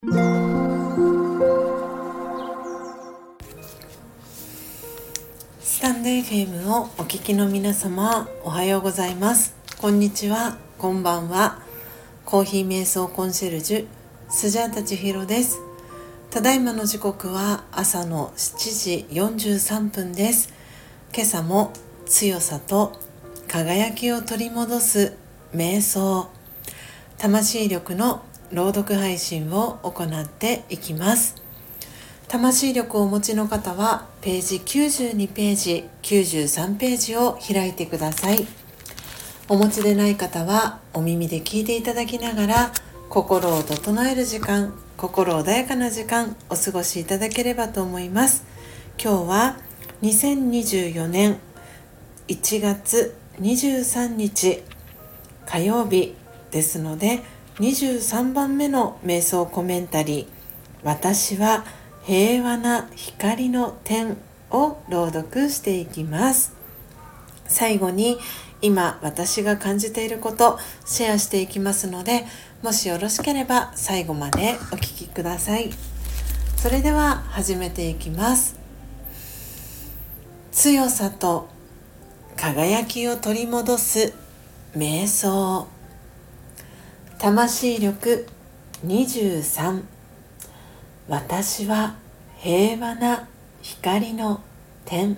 スタンド FM をお聞きの皆様、おはようございます。こんにちは、こんばんは。コーヒー瞑想コンシェルジュスジャータ千尋です。ただいまの時刻は朝の7時43分です。今朝も強さと輝きを取り戻す瞑想、魂力の朗読配信を行っていきます。魂力をお持ちの方はページ92ページ93ページを開いてください。お持ちでない方はお耳で聞いていただきながら、心を整える時間、心穏やかな時間お過ごしいただければと思います。今日は2024年1月23日火曜日ですので、23番目の瞑想コメンタリー、私は平和な光の点を朗読していきます。最後に今私が感じていることシェアしていきますので、もしよろしければ最後までお聞きください。それでは始めていきます。強さと輝きを取り戻す瞑想、魂力23、私は平和な光の点。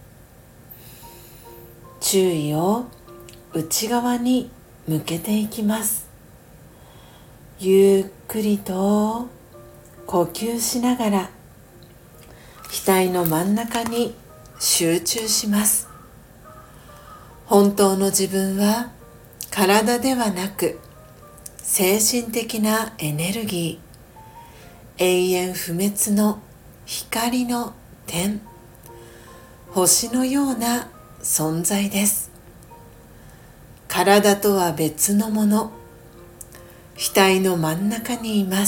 注意を内側に向けていきます。ゆっくりと呼吸しながら額の真ん中に集中します。本当の自分は体ではなく精神的なエネルギー、永遠不滅の光の点、星のような存在です。体とは別のもの、額の真ん中にいます。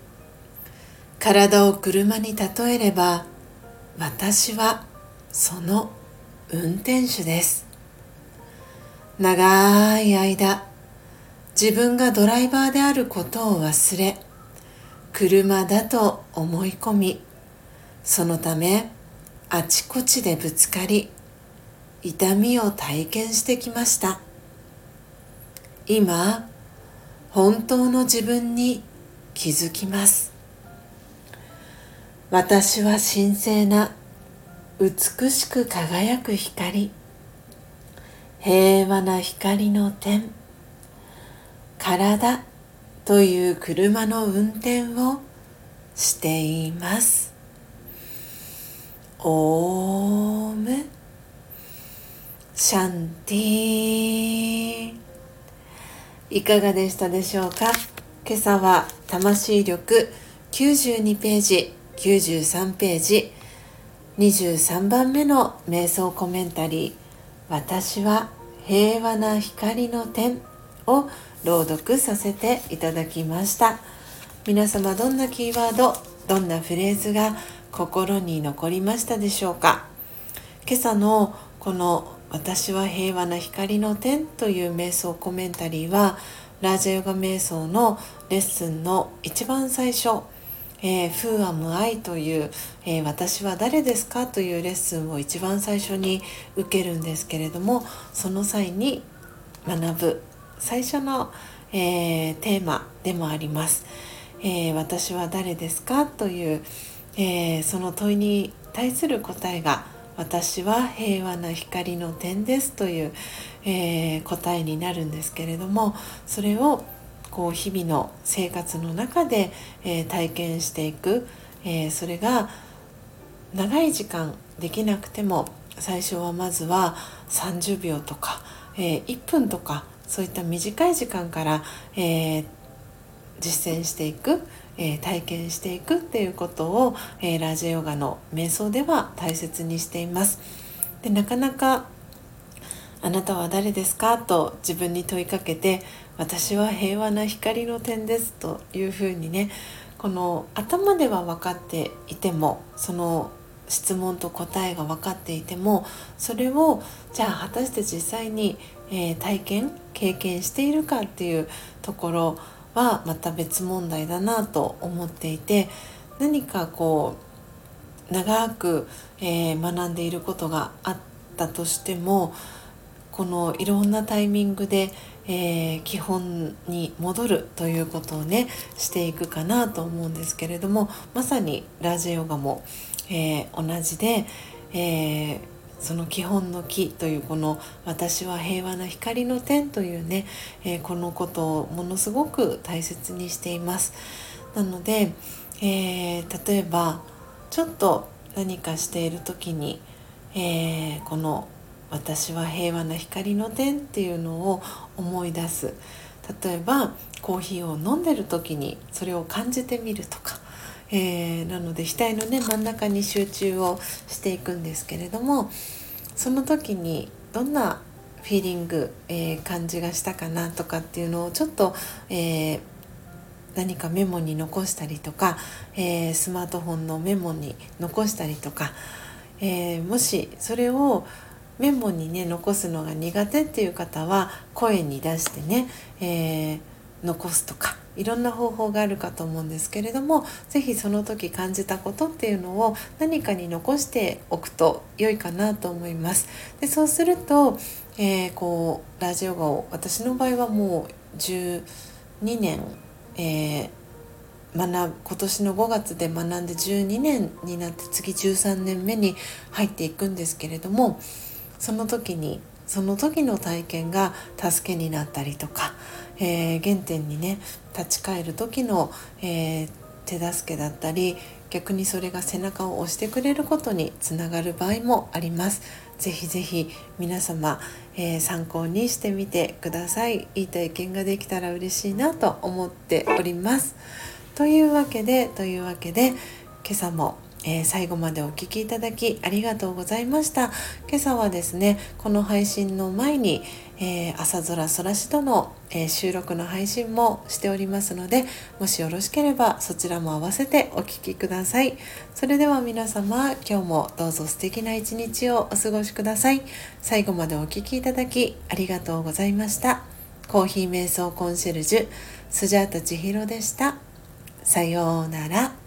体を車に例えれば、私はその運転手です。長い間、自分がドライバーであることを忘れ、車だと思い込み、そのためあちこちでぶつかり、痛みを体験してきました。今、本当の自分に気づきます。私は神聖な美しく輝く光、平和な光の点、体という車の運転をしています。オームシャンティ。いかがでしたでしょうか。今朝は魂力92ページ93ページ23番目の瞑想コメンタリー、私は平和な光の点を朗読させていただきました。皆様、どんなキーワード、どんなフレーズが心に残りましたでしょうか。今朝のこの私は平和な光の点という瞑想コメンタリーは、ラージャヨガ瞑想のレッスンの一番最初、Who am I という、私は誰ですかというレッスンを一番最初に受けるんですけれども、その際に学ぶ最初の、テーマでもあります。私は誰ですかという、その問いに対する答えが、私は平和な光の点ですという、答えになるんですけれども、それをこう日々の生活の中で、体験していく、それが長い時間できなくても、最初はまずは30秒とか、1分とか、そういった短い時間から、実践していく、体験していくっていうことを、ラージャヨガの瞑想では大切にしています。で、なかなかあなたは誰ですかと自分に問いかけて、私は平和な光の点ですというふうにね、この頭では分かっていても、その質問と答えが分かっていても、それをじゃあ果たして実際に、経験しているかっていうところはまた別問題だなと思っていて、何かこう長く、学んでいることがあったとしても、このいろんなタイミングで、基本に戻るということをねしていくかなと思うんですけれども、まさにラージャヨガも、同じで、その基本の木というこの私は平和な光の点というね、このことをものすごく大切にしています。なので、例えばちょっと何かしている時に、この私は平和な光の点っていうのを思い出す。例えばコーヒーを飲んでる時にそれを感じてみるとか、なので額のね真ん中に集中をしていくんですけれども、その時にどんなフィーリング、感じがしたかなとかっていうのをちょっと、何かメモに残したりとか、スマートフォンのメモに残したりとか、もしそれをメモにね残すのが苦手っていう方は声に出してね、残すとか、いろんな方法があるかと思うんですけれども、ぜひその時感じたことっていうのを何かに残しておくと良いかなと思います。でそうすると、こうラジオヨガを私の場合はもう12年、今年の5月で学んで12年になって、次13年目に入っていくんですけれども、その時の体験が助けになったりとか、原点にね立ち返る時の、手助けだったり、逆にそれが背中を押してくれることにつながる場合もあります。ぜひぜひ皆様、参考にしてみてください。いい体験ができたら嬉しいなと思っております。というわけで今朝も最後までお聞きいただきありがとうございました。今朝はですね、この配信の前に、朝空空しどの、収録の配信もしておりますので、もしよろしければそちらも合わせてお聞きください。それでは皆様、今日もどうぞ素敵な一日をお過ごしください。最後までお聞きいただきありがとうございました。コーヒー瞑想コンシェルジュスジャータ千尋でした。さようなら。